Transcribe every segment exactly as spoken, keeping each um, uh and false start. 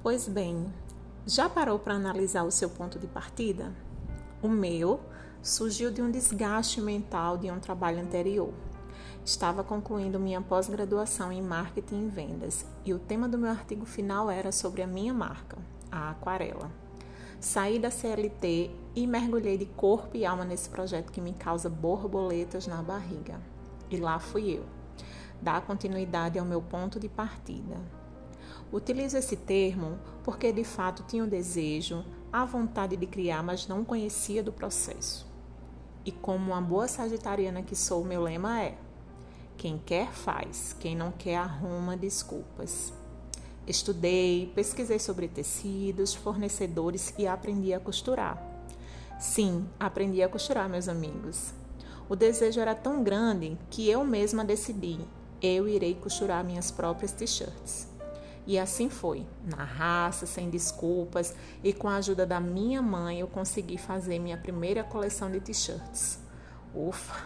Pois bem, já parou para analisar o seu ponto de partida? O meu surgiu de um desgaste mental de um trabalho anterior. Estava concluindo minha pós-graduação em marketing e vendas e o tema do meu artigo final era sobre a minha marca, a Aquarela. Saí da C L T e mergulhei de corpo e alma nesse projeto que me causa borboletas na barriga. E lá fui eu, dar continuidade ao meu ponto de partida. Utilizo esse termo porque de fato tinha o desejo, a vontade de criar, mas não conhecia do processo. E como uma boa sagitariana que sou, meu lema é: quem quer faz, quem não quer arruma desculpas. Estudei, pesquisei sobre tecidos, fornecedores e aprendi a costurar. Sim, aprendi a costurar, meus amigos. O desejo era tão grande que eu mesma decidi, eu irei costurar minhas próprias t-shirts. E assim foi, na raça, sem desculpas, e com a ajuda da minha mãe eu consegui fazer minha primeira coleção de t-shirts. Ufa!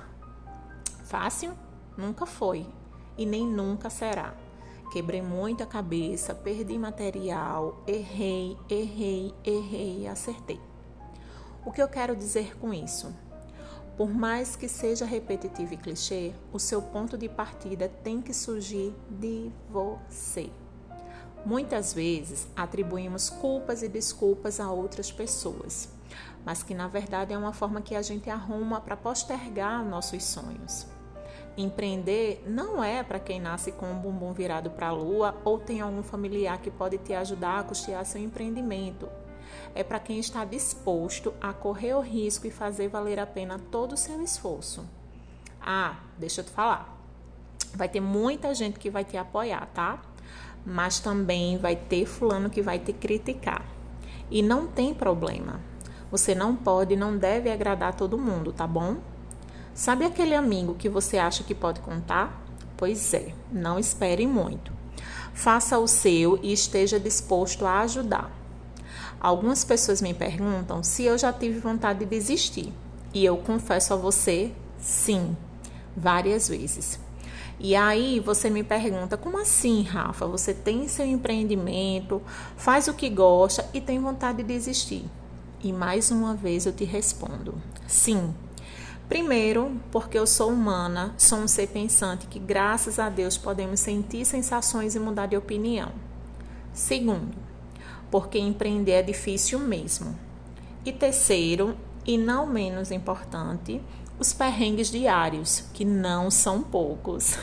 Fácil? Nunca foi, e nem nunca será. Quebrei muita cabeça, perdi material, errei, errei, errei e acertei. O que eu quero dizer com isso? Por mais que seja repetitivo e clichê, o seu ponto de partida tem que surgir de você. Muitas vezes atribuímos culpas e desculpas a outras pessoas, mas que na verdade é uma forma que a gente arruma para postergar nossos sonhos. Empreender não é para quem nasce com um bumbum virado para a lua ou tem algum familiar que pode te ajudar a custear seu empreendimento. É para quem está disposto a correr o risco e fazer valer a pena todo o seu esforço. Ah, deixa eu te falar. Vai ter muita gente que vai te apoiar, tá? Mas também vai ter fulano que vai te criticar. E não tem problema. Você não pode e não deve agradar todo mundo, tá bom? Sabe aquele amigo que você acha que pode contar? Pois é, não espere muito. Faça o seu e esteja disposto a ajudar. Algumas pessoas me perguntam se eu já tive vontade de desistir. E eu confesso a você, sim, várias vezes. E aí você me pergunta, como assim, Rafa? Você tem seu empreendimento, faz o que gosta e tem vontade de desistir? E mais uma vez eu te respondo, sim. Primeiro, porque eu sou humana, sou um ser pensante que, graças a Deus, podemos sentir sensações e mudar de opinião. Segundo, porque empreender é difícil mesmo. E terceiro, e não menos importante, os perrengues diários, que não são poucos.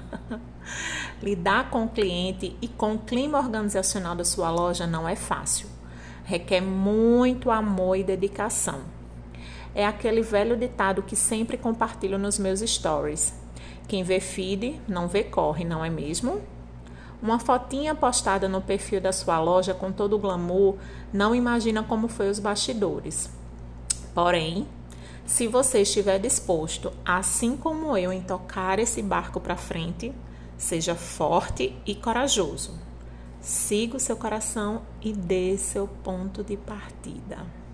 Lidar com o cliente e com o clima organizacional da sua loja não é fácil. Requer muito amor e dedicação. É aquele velho ditado que sempre compartilho nos meus stories. Quem vê feed, não vê corre, não é mesmo? Uma fotinha postada no perfil da sua loja com todo o glamour não imagina como foi os bastidores. Porém, se você estiver disposto, assim como eu, em tocar esse barco para frente, seja forte e corajoso. Siga o seu coração e dê seu ponto de partida.